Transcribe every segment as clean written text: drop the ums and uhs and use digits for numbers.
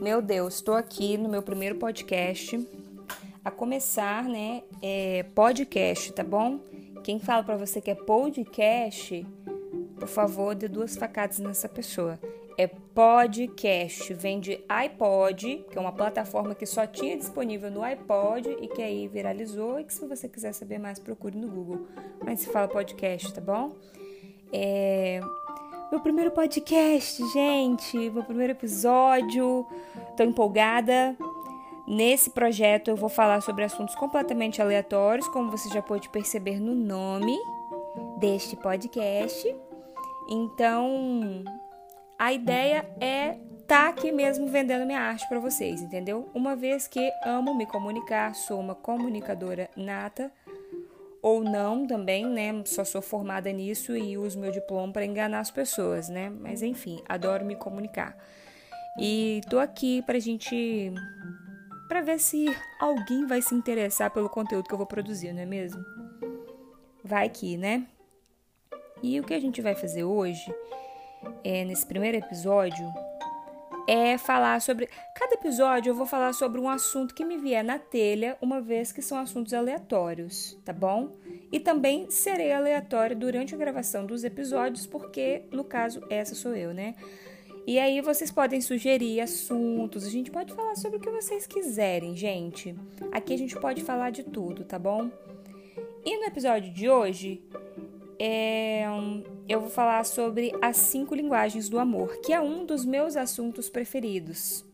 Meu Deus, estou aqui no meu primeiro podcast. A começar, podcast, tá bom? Quem fala pra você que é podcast, por favor, dê 2 facadas nessa pessoa. É podcast, vem de iPod, que é uma plataforma que só tinha disponível no iPod e que aí viralizou e que se você quiser saber mais, procure no Google. Mas se fala podcast, tá bom? Meu primeiro podcast, gente, meu primeiro episódio, tô empolgada. Nesse projeto eu vou falar sobre assuntos completamente aleatórios, como você já pôde perceber no nome deste podcast. Então, a ideia é estar aqui mesmo vendendo minha arte para vocês, entendeu? Uma vez que amo me comunicar, sou uma comunicadora nata, ou não também, né? Só sou formada nisso e uso meu diploma para enganar as pessoas, né? Mas enfim, adoro me comunicar. E tô aqui para ver se alguém vai se interessar pelo conteúdo que eu vou produzir, não é mesmo? Vai que, né? E o que a gente vai fazer hoje, nesse primeiro episódio, é falar sobre... Cada episódio eu vou falar sobre um assunto que me vier na telha, uma vez que são assuntos aleatórios, tá bom? E também serei aleatório durante a gravação dos episódios, porque, no caso, essa sou eu, né? E aí vocês podem sugerir assuntos, a gente pode falar sobre o que vocês quiserem, gente. Aqui a gente pode falar de tudo, tá bom? E no episódio de hoje... eu vou falar sobre as 5 linguagens do amor, que é um dos meus assuntos preferidos.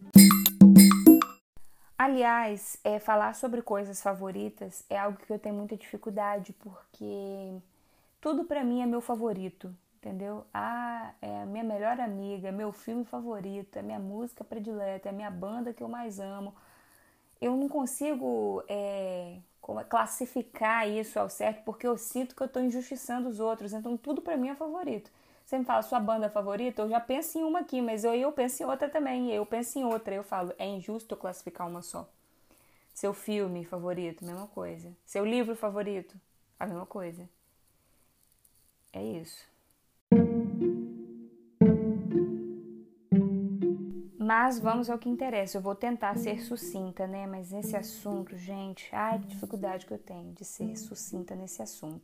Aliás, falar sobre coisas favoritas é algo que eu tenho muita dificuldade, porque tudo pra mim é meu favorito, entendeu? É a minha melhor amiga, é meu filme favorito, é minha música predileta, é a minha banda que eu mais amo. Eu não consigo classificar isso ao certo, porque eu sinto que eu estou injustiçando os outros, então tudo pra mim é favorito. Você me fala, sua banda favorita? Eu já penso em uma aqui, mas eu penso em outra também, eu penso em outra. Eu falo, é injusto eu classificar uma só. Seu filme favorito, mesma coisa. Seu livro favorito, a mesma coisa. É isso. Mas vamos ao que interessa. Eu vou tentar ser sucinta, né? Mas nesse assunto, gente, que dificuldade que eu tenho de ser sucinta nesse assunto.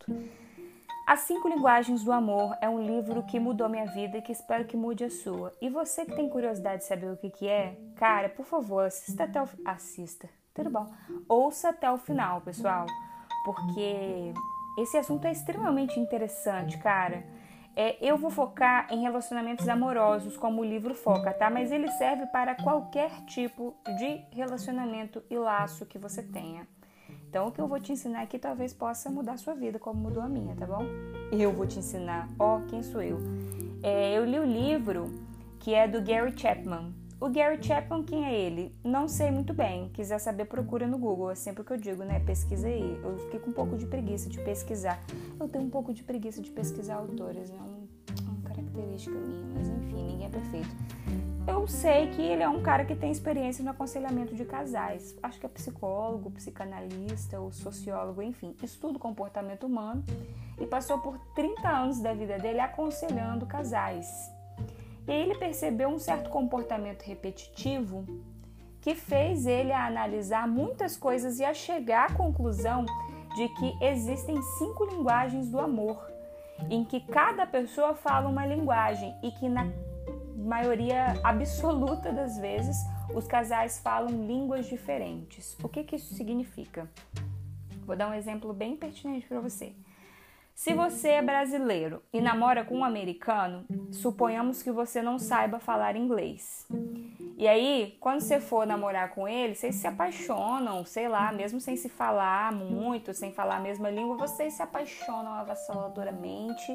As 5 Linguagens do Amor é um livro que mudou minha vida e que espero que mude a sua. E você que tem curiosidade de saber o que é, cara, por favor, assista, tudo bom? Ouça até o final, pessoal, porque esse assunto é extremamente interessante, cara. Eu vou focar em relacionamentos amorosos, como o livro foca, tá? Mas ele serve para qualquer tipo de relacionamento e laço que você tenha. Então, o que eu vou te ensinar aqui talvez possa mudar a sua vida, como mudou a minha, tá bom? Eu vou te ensinar. Quem sou eu? Eu li o livro que é do Gary Chapman. O Gary Chapman, quem é ele? Não sei muito bem. Quiser saber, procura no Google. É sempre o que eu digo, né? Pesquisa aí. Eu fiquei com um pouco de preguiça de pesquisar. Eu tenho um pouco de preguiça de pesquisar autores, né? Uma característica minha, mas enfim, ninguém é perfeito. Eu sei que ele é um cara que tem experiência no aconselhamento de casais. Acho que é psicólogo, psicanalista ou sociólogo, enfim. Estuda o comportamento humano e passou por 30 anos da vida dele aconselhando casais. E aí ele percebeu um certo comportamento repetitivo que fez ele a analisar muitas coisas e a chegar à conclusão de que existem 5 linguagens do amor, em que cada pessoa fala uma linguagem e que na maioria absoluta das vezes os casais falam línguas diferentes. O que isso significa? Vou dar um exemplo bem pertinente para você. Se você é brasileiro e namora com um americano, suponhamos que você não saiba falar inglês. E aí, quando você for namorar com ele, vocês se apaixonam, sei lá, mesmo sem se falar muito, sem falar a mesma língua, vocês se apaixonam avassaladoramente.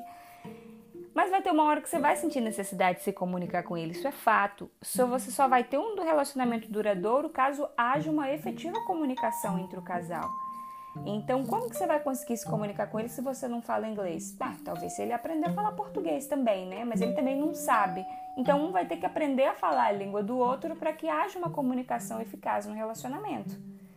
Mas vai ter uma hora que você vai sentir necessidade de se comunicar com ele, isso é fato. Você só vai ter um relacionamento duradouro caso haja uma efetiva comunicação entre o casal. Então, como que você vai conseguir se comunicar com ele se você não fala inglês? Talvez se ele aprender a falar português também, né? Mas ele também não sabe. Então, um vai ter que aprender a falar a língua do outro para que haja uma comunicação eficaz no relacionamento.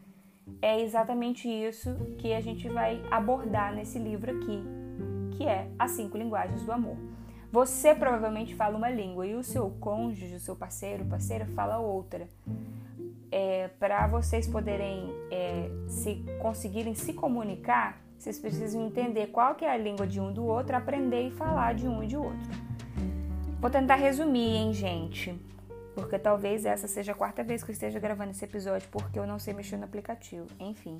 É exatamente isso que a gente vai abordar nesse livro aqui, que é As 5 Linguagens do Amor. Você provavelmente fala uma língua e o seu cônjuge, o seu parceiro, parceira, fala outra. Para vocês poderem conseguirem se comunicar, vocês precisam entender qual que é a língua de um do outro, aprender e falar de um e de outro. Vou tentar resumir, hein, gente? Porque talvez essa seja a 4ª vez que eu esteja gravando esse episódio, porque eu não sei mexer no aplicativo. Enfim.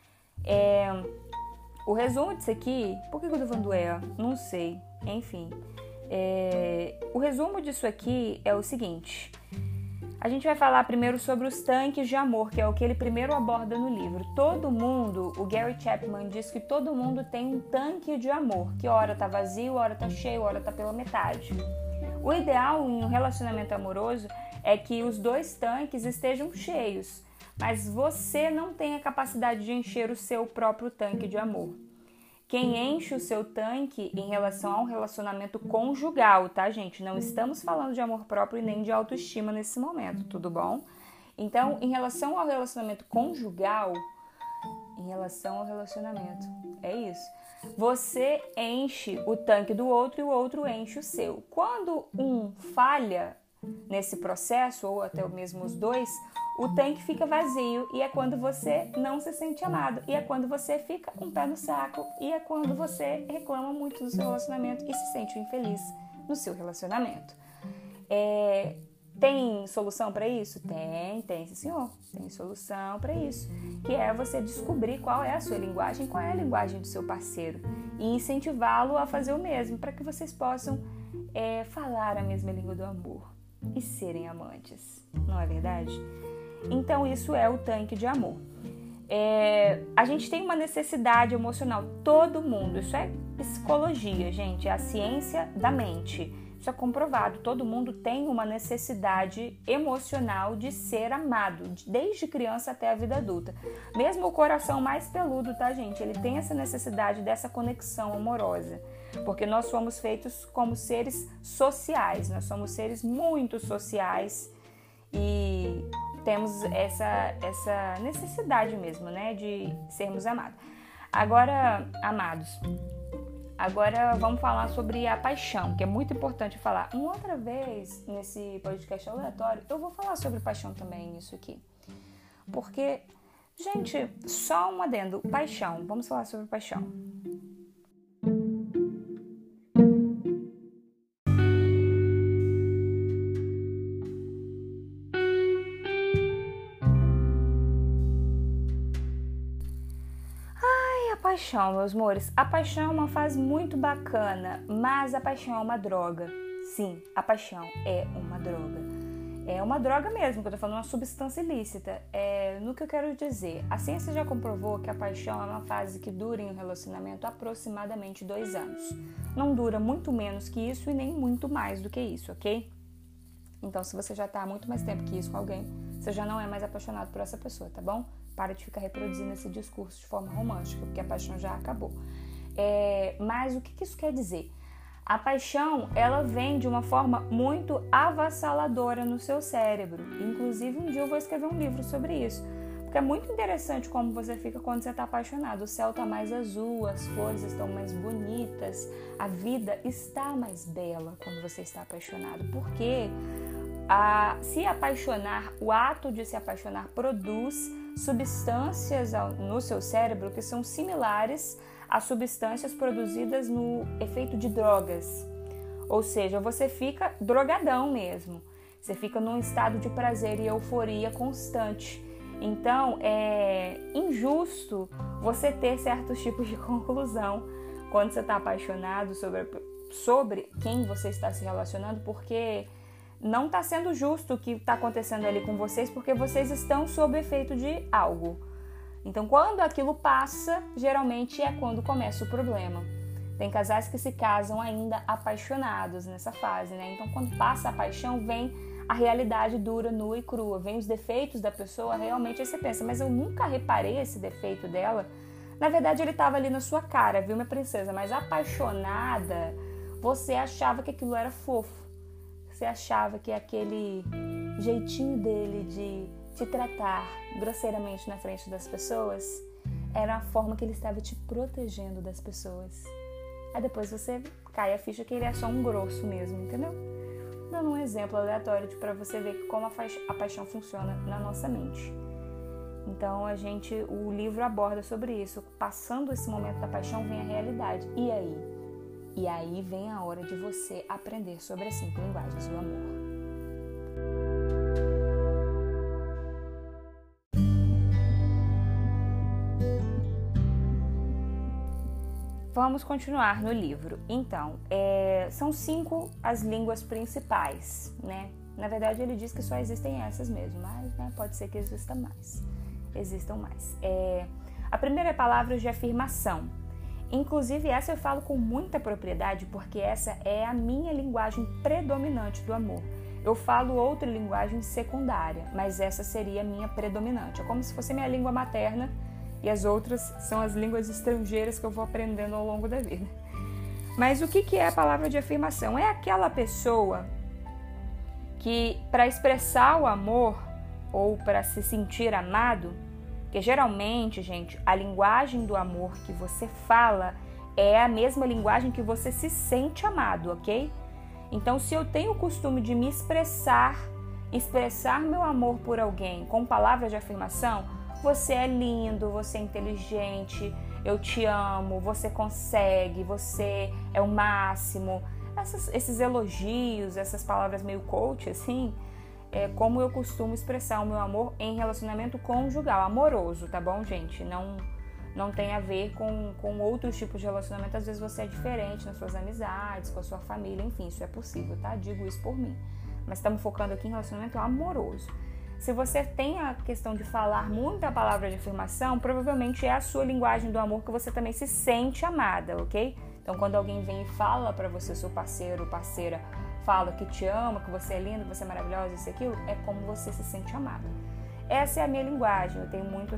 O resumo disso aqui... Por que eu tô falando Não sei. Enfim. O resumo disso aqui é o seguinte. A gente vai falar primeiro sobre os tanques de amor, que é o que ele primeiro aborda no livro. Todo mundo, o Gary Chapman diz que todo mundo tem um tanque de amor, que hora tá vazio, hora tá cheio, hora tá pela metade. O ideal em um relacionamento amoroso é que os 2 tanques estejam cheios, mas você não tem a capacidade de encher o seu próprio tanque de amor. Quem enche o seu tanque em relação a um relacionamento conjugal, tá, gente? Não estamos falando de amor próprio e nem de autoestima nesse momento, tudo bom? Então, em relação ao relacionamento conjugal, é isso. Você enche o tanque do outro e o outro enche o seu. Quando um falha nesse processo, ou até mesmo os 2, o tanque fica vazio e é quando você não se sente amado, e é quando você fica com o pé no saco, e é quando você reclama muito do seu relacionamento e se sente infeliz no seu relacionamento. Tem solução para isso? Tem sim, senhor. Tem solução para isso, que é você descobrir qual é a sua linguagem, qual é a linguagem do seu parceiro e incentivá-lo a fazer o mesmo, para que vocês possam falar a mesma língua do amor e serem amantes, não é verdade? Então isso é o tanque de amor. A gente tem uma necessidade emocional, todo mundo, isso é psicologia, gente, é a ciência da mente. Isso é comprovado, todo mundo tem uma necessidade emocional de ser amado, desde criança até a vida adulta. Mesmo o coração mais peludo, tá, gente? Ele tem essa necessidade dessa conexão amorosa, porque nós somos feitos como seres sociais, nós somos seres muito sociais e temos essa necessidade mesmo, né, de sermos amados. Agora vamos falar sobre a paixão, que é muito importante falar. Uma outra vez, nesse podcast aleatório, eu vou falar sobre paixão também, nisso aqui. Porque, gente, só um adendo, paixão. Vamos falar sobre paixão. Paixão, meus amores, a paixão é uma fase muito bacana, mas a paixão é uma droga. Sim, a paixão é uma droga. É uma droga mesmo, que eu tô falando, uma substância ilícita. No que eu quero dizer, a ciência já comprovou que a paixão é uma fase que dura em um relacionamento aproximadamente 2 anos. Não dura muito menos que isso e nem muito mais do que isso, ok? Então, se você já tá há muito mais tempo que isso com alguém, você já não é mais apaixonado por essa pessoa, tá bom? Para de ficar reproduzindo esse discurso de forma romântica, porque a paixão já acabou. Mas o que isso quer dizer? A paixão, ela vem de uma forma muito avassaladora no seu cérebro. Inclusive, um dia eu vou escrever um livro sobre isso. Porque é muito interessante como você fica quando você está apaixonado. O céu está mais azul, as flores estão mais bonitas, a vida está mais bela quando você está apaixonado. Porque se apaixonar, o ato de se apaixonar produz substâncias no seu cérebro que são similares às substâncias produzidas no efeito de drogas. Ou seja, você fica drogadão mesmo. Você fica num estado de prazer e euforia constante. Então, é injusto você ter certos tipos de conclusão quando você está apaixonado sobre quem você está se relacionando, porque não está sendo justo o que está acontecendo ali com vocês, porque vocês estão sob efeito de algo. Então, quando aquilo passa, geralmente é quando começa o problema. Tem casais que se casam ainda apaixonados nessa fase, né? Então, quando passa a paixão, vem a realidade dura, nua e crua. Vem os defeitos da pessoa, realmente aí você pensa, mas eu nunca reparei esse defeito dela. Na verdade, ele estava ali na sua cara, viu, minha princesa? Mas apaixonada, você achava que aquilo era fofo. Você achava que aquele jeitinho dele de te tratar grosseiramente na frente das pessoas era a forma que ele estava te protegendo das pessoas. Aí depois você cai a ficha que ele é só um grosso mesmo, entendeu? Dando um exemplo aleatório para você ver como a paixão funciona na nossa mente. Então o livro aborda sobre isso. Passando esse momento da paixão vem a realidade. E aí? E aí vem a hora de você aprender sobre as 5 linguagens do amor. Vamos continuar no livro. Então, são 5 as línguas principais, né? Na verdade, ele diz que só existem essas mesmo, mas né, pode ser que existam mais. A primeira é palavras de afirmação. Inclusive, essa eu falo com muita propriedade, porque essa é a minha linguagem predominante do amor. Eu falo outra linguagem secundária, mas essa seria a minha predominante. É como se fosse minha língua materna, e as outras são as línguas estrangeiras que eu vou aprendendo ao longo da vida. Mas o que é a palavra de afirmação? É aquela pessoa que, para expressar o amor ou para se sentir amado, que geralmente, gente, a linguagem do amor que você fala é a mesma linguagem que você se sente amado, ok? Então, se eu tenho o costume de me expressar meu amor por alguém com palavras de afirmação, você é lindo, você é inteligente, eu te amo, você consegue, você é o máximo. Esses elogios, essas palavras meio coach, assim, é como eu costumo expressar o meu amor em relacionamento conjugal, amoroso, tá bom, gente? Não tem a ver com outros tipos de relacionamento. Às vezes você é diferente nas suas amizades, com a sua família, enfim, isso é possível, tá? Digo isso por mim. Mas estamos focando aqui em relacionamento amoroso. Se você tem a questão de falar muita palavra de afirmação, provavelmente é a sua linguagem do amor que você também se sente amada, ok? Então, quando alguém vem e fala pra você, seu parceiro ou parceira, fala que te ama, que você é linda, que você é maravilhosa, isso e aquilo, é como você se sente amada. Essa é a minha linguagem, eu tenho muito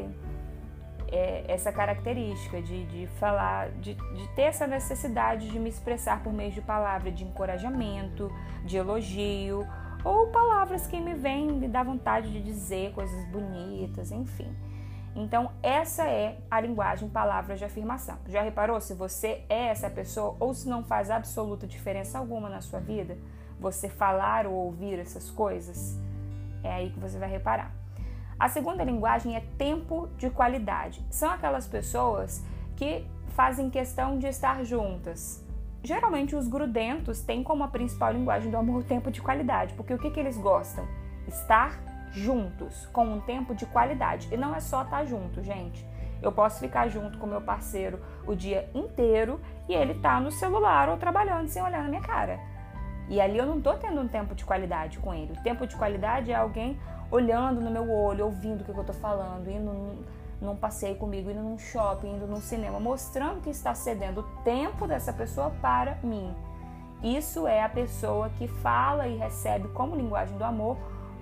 essa característica de falar, de ter essa necessidade de me expressar por meio de palavras de encorajamento, de elogio, ou palavras que me vêm, me dá vontade de dizer coisas bonitas, enfim. Então, essa é a linguagem palavras de afirmação. Já reparou se você é essa pessoa ou se não faz absoluta diferença alguma na sua vida? Você falar ou ouvir essas coisas? É aí que você vai reparar. A segunda linguagem é tempo de qualidade. São aquelas pessoas que fazem questão de estar juntas. Geralmente os grudentos têm como a principal linguagem do amor o tempo de qualidade, porque o que eles gostam? Estar juntos, com um tempo de qualidade. E não é só estar junto, gente. Eu posso ficar junto com meu parceiro o dia inteiro e ele tá no celular ou trabalhando sem olhar na minha cara. E ali eu não tô tendo um tempo de qualidade com ele. O tempo de qualidade é alguém olhando no meu olho, ouvindo o que eu tô falando, indo num passeio comigo, indo num shopping, indo num cinema, mostrando que está cedendo o tempo dessa pessoa para mim. Isso é a pessoa que fala e recebe como linguagem do amor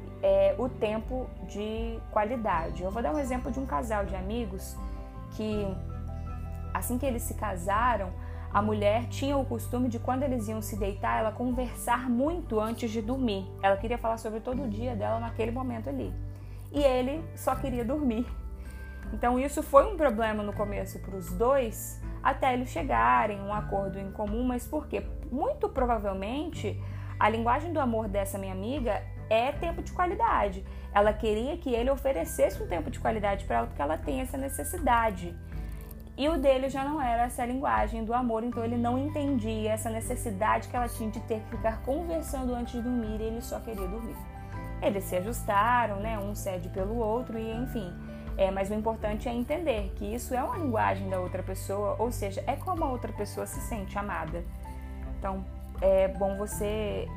o tempo de qualidade. Eu vou dar um exemplo de um casal de amigos que, assim que eles se casaram, a mulher tinha o costume de, quando eles iam se deitar, ela conversar muito antes de dormir. Ela queria falar sobre todo o dia dela naquele momento ali. E ele só queria dormir. Então isso foi um problema no começo para os dois, até eles chegarem a um acordo em comum. Mas por quê? Muito provavelmente a linguagem do amor dessa minha amiga é tempo de qualidade. Ela queria que ele oferecesse um tempo de qualidade para ela, porque ela tem essa necessidade. E o dele já não era essa linguagem do amor, então ele não entendia essa necessidade que ela tinha de ter que ficar conversando antes de dormir, e ele só queria dormir. Eles se ajustaram, né? Um cede pelo outro e enfim. Mas o importante é entender que isso é uma linguagem da outra pessoa, ou seja, é como a outra pessoa se sente amada. Então, é bom você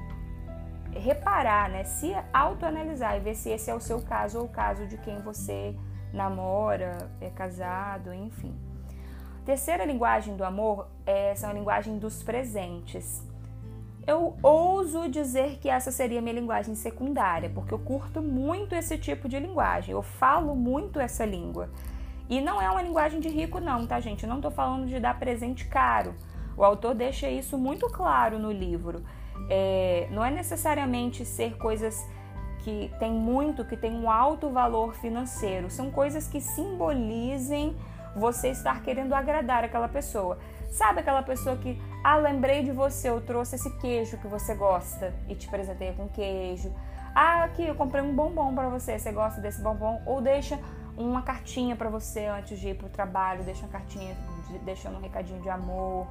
reparar, né? Se autoanalisar e ver se esse é o seu caso ou o caso de quem você namora, é casado, enfim. Terceira linguagem do amor são a linguagem dos presentes. Eu ouso dizer que essa seria a minha linguagem secundária, porque eu curto muito esse tipo de linguagem, eu falo muito essa língua. E não é uma linguagem de rico não, tá, gente? Eu não tô falando de dar presente caro. O autor deixa isso muito claro no livro. Não é necessariamente ser coisas que tem um alto valor financeiro. São coisas que simbolizem você estar querendo agradar aquela pessoa. Sabe aquela pessoa que Ah, lembrei de você, eu trouxe esse queijo que você gosta e te presentei com queijo. Ah, aqui, eu comprei um bombom para você, você gosta desse bombom? Ou deixa uma cartinha para você antes de ir pro trabalho, deixa uma cartinha deixando um recadinho de amor.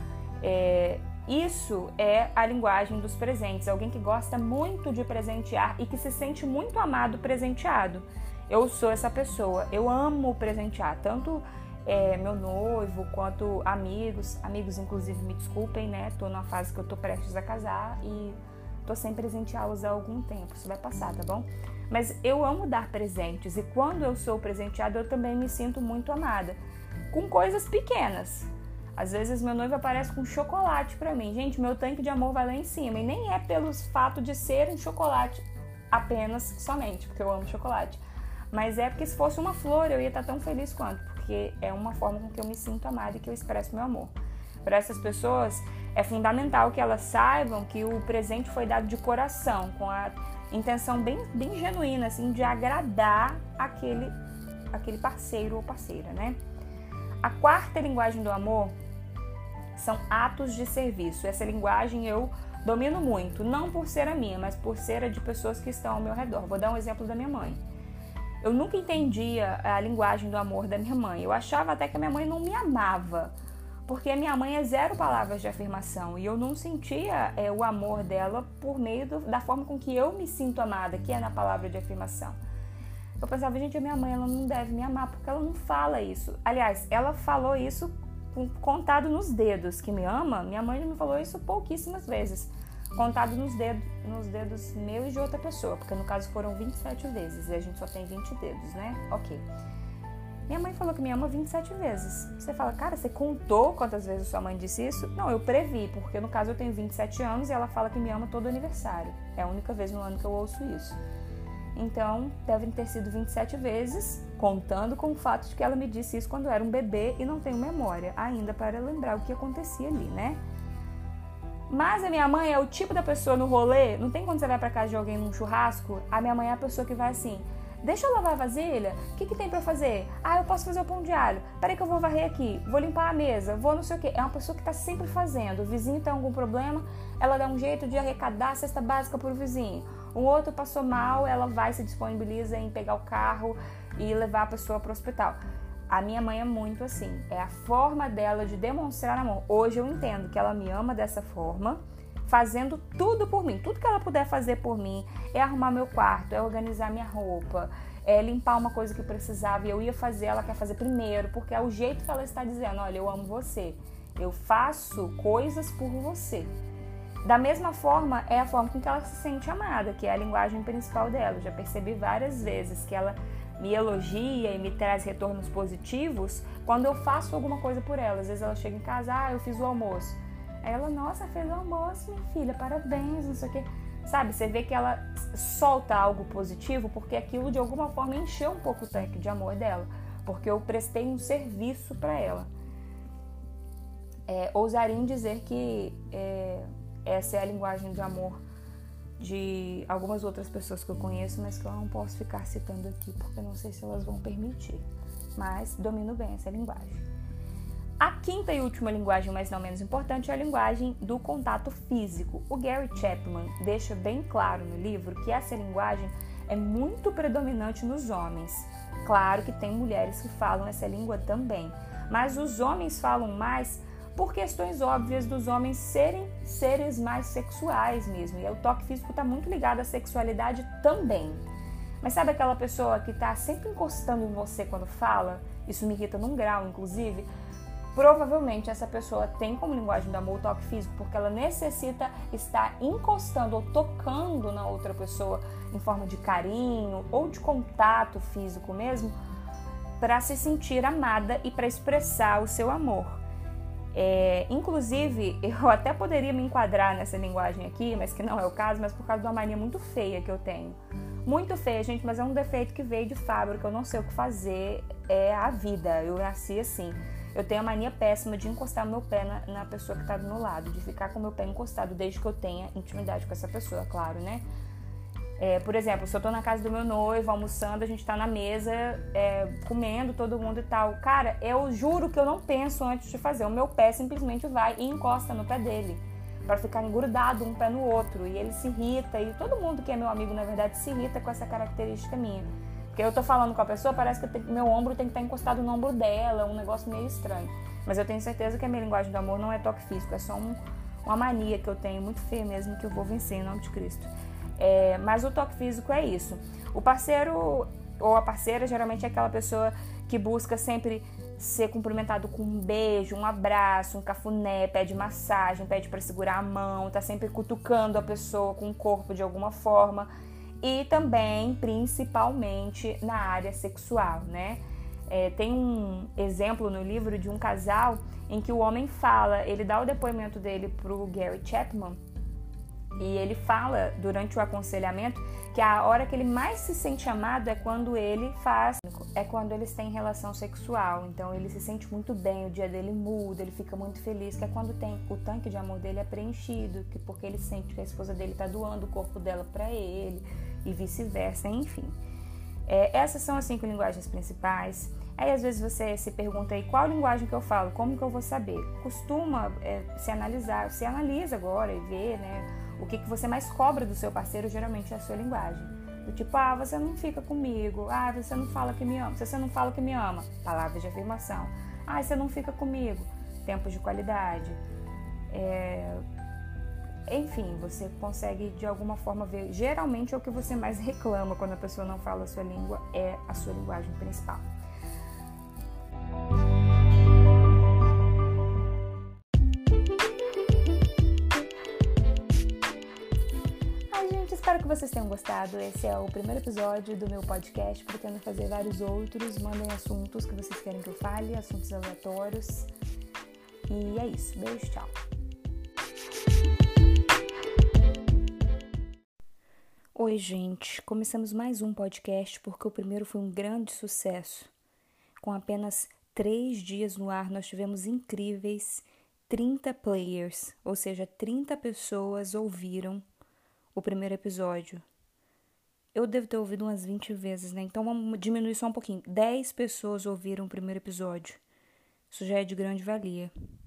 Isso é a linguagem dos presentes. Alguém que gosta muito de presentear e que se sente muito amado presenteado. Eu sou essa pessoa, eu amo presentear, tanto meu noivo quanto amigos. Amigos, inclusive, me desculpem, né? Tô numa fase que eu tô prestes a casar e tô sem presenteá-los há algum tempo. Isso vai passar, tá bom? Mas eu amo dar presentes e quando eu sou presenteada, eu também me sinto muito amada. Com coisas pequenas. Às vezes meu noivo aparece com chocolate pra mim. Gente, meu tanque de amor vai lá em cima. E nem é pelo fato de ser um chocolate apenas, somente, porque eu amo chocolate. Mas é porque se fosse uma flor eu ia estar tão feliz quanto. Porque é uma forma com que eu me sinto amada e que eu expresso meu amor. Para essas pessoas é fundamental que elas saibam que o presente foi dado de coração, com a intenção bem genuína, assim, de agradar aquele parceiro ou parceira, né? A quarta linguagem do amor são atos de serviço. Essa linguagem eu domino muito, não por ser a minha, mas por ser a de pessoas que estão ao meu redor. Vou dar um exemplo da minha mãe. Eu nunca entendia a linguagem do amor da minha mãe. Eu achava até que a minha mãe não me amava, porque a minha mãe é zero palavras de afirmação e eu não sentia o amor dela por meio da forma com que eu me sinto amada, que é na palavra de afirmação. Eu pensava, gente, a minha mãe ela não deve me amar porque ela não fala isso. Aliás, ela falou isso contado nos dedos, que me ama. Minha mãe já me falou isso pouquíssimas vezes, contado nos dedos meu e de outra pessoa, porque no caso foram 27 vezes e a gente só tem 20 dedos, né? Ok. Minha mãe falou que me ama 27 vezes. Você fala, cara, você contou quantas vezes sua mãe disse isso? Não, eu previ, porque no caso eu tenho 27 anos e ela fala que me ama todo aniversário. É a única vez no ano que eu ouço isso. Então, devem ter sido 27 vezes, contando com o fato de que ela me disse isso quando eu era um bebê e não tenho memória ainda para lembrar o que acontecia ali, né? Mas a minha mãe é o tipo da pessoa no rolê, não tem quando você vai pra casa de alguém num churrasco, a minha mãe é a pessoa que vai assim, deixa eu lavar a vasilha, o que tem pra fazer? Ah, eu posso fazer o pão de alho, peraí que eu vou varrer aqui, vou limpar a mesa, vou não sei o quê. É uma pessoa que tá sempre fazendo, o vizinho tem algum problema, ela dá um jeito de arrecadar a cesta básica pro vizinho. Um outro passou mal, ela vai se disponibiliza em pegar o carro e levar a pessoa pro hospital. A minha mãe é muito assim, é a forma dela de demonstrar amor. Hoje eu entendo que ela me ama dessa forma, fazendo tudo por mim. Tudo que ela puder fazer por mim é arrumar meu quarto, é organizar minha roupa, é limpar uma coisa que precisava e eu ia fazer, ela quer fazer primeiro, porque é o jeito que ela está dizendo, olha, eu amo você, eu faço coisas por você. Da mesma forma, é a forma com que ela se sente amada, que é a linguagem principal dela. Eu já percebi várias vezes que ela me elogia e me traz retornos positivos quando eu faço alguma coisa por ela. Às vezes ela chega em casa, eu fiz o almoço. Aí ela, nossa, fez o almoço, minha filha, parabéns, não sei o quê. Sabe, você vê que ela solta algo positivo porque aquilo de alguma forma encheu um pouco o tanque de amor dela, porque eu prestei um serviço para ela. Ousaria em dizer que essa é a linguagem de amor de algumas outras pessoas que eu conheço, mas que eu não posso ficar citando aqui, porque eu não sei se elas vão permitir. Mas domino bem essa linguagem. A quinta e última linguagem, mas não menos importante, é a linguagem do contato físico. O Gary Chapman deixa bem claro no livro que essa linguagem é muito predominante nos homens. Claro que tem mulheres que falam essa língua também, mas os homens falam mais por questões óbvias dos homens serem seres mais sexuais mesmo. E o toque físico está muito ligado à sexualidade também. Mas sabe aquela pessoa que está sempre encostando em você quando fala? Isso me irrita num grau, inclusive. Provavelmente essa pessoa tem como linguagem do amor o toque físico, porque ela necessita estar encostando ou tocando na outra pessoa em forma de carinho ou de contato físico mesmo, para se sentir amada e para expressar o seu amor. Inclusive, eu até poderia me enquadrar nessa linguagem aqui, mas que não é o caso, mas por causa de uma mania muito feia que eu tenho. Muito feia, gente, mas é um defeito que veio de fábrica, eu não sei o que fazer, é a vida, eu nasci assim. Eu tenho a mania péssima de encostar meu pé na pessoa que está do meu lado, de ficar com meu pé encostado desde que eu tenha intimidade com essa pessoa, claro, né? Por exemplo, se eu tô na casa do meu noivo, almoçando, a gente tá na mesa, comendo todo mundo e tal. Cara, eu juro que eu não penso antes de fazer. O meu pé simplesmente vai e encosta no pé dele, para ficar engrudado um pé no outro. E ele se irrita, e todo mundo que é meu amigo, na verdade, se irrita com essa característica minha. Porque eu tô falando com a pessoa, parece que meu ombro tem que estar encostado no ombro dela, um negócio meio estranho. Mas eu tenho certeza que a minha linguagem do amor não é toque físico, é só uma mania que eu tenho, muito feia mesmo, que eu vou vencer em nome de Cristo. Mas o toque físico é isso. O parceiro ou a parceira geralmente é aquela pessoa que busca sempre ser cumprimentado com um beijo, um abraço, um cafuné, pede massagem, pede para segurar a mão, tá sempre cutucando a pessoa com o corpo de alguma forma. E também, principalmente, na área sexual, né? Tem um exemplo no livro de um casal em que o homem fala, ele dá o depoimento dele pro Gary Chapman, e ele fala durante o aconselhamento que a hora que ele mais se sente amado é quando eles têm relação sexual. Então ele se sente muito bem, o dia dele muda, ele fica muito feliz, que é quando o tanque de amor dele é preenchido, porque ele sente que a esposa dele está doando o corpo dela para ele e vice-versa, enfim. Essas são as 5 linguagens principais. Aí às vezes você se pergunta aí, qual linguagem que eu falo? Como que eu vou saber? Costuma se analisar, se analisa agora e vê, né? O que você mais cobra do seu parceiro geralmente é a sua linguagem. Do tipo, você não fica comigo, você não fala que me ama. Se você não fala que me ama, palavras de afirmação. Você não fica comigo, tempos de qualidade. Enfim, você consegue de alguma forma ver. Geralmente é o que você mais reclama quando a pessoa não fala a sua língua, é a sua linguagem principal. Espero que vocês tenham gostado. Esse é o primeiro episódio do meu podcast. Pretendo fazer vários outros. Mandem assuntos que vocês querem que eu fale, assuntos aleatórios. E é isso. Beijo, tchau. Oi, gente. Começamos mais um podcast porque o primeiro foi um grande sucesso. Com apenas 3 dias no ar, nós tivemos incríveis 30 players, ou seja, 30 pessoas ouviram o primeiro episódio. Eu devo ter ouvido umas 20 vezes, né? Então vamos diminuir só um pouquinho. 10 pessoas ouviram o primeiro episódio. Isso já é de grande valia.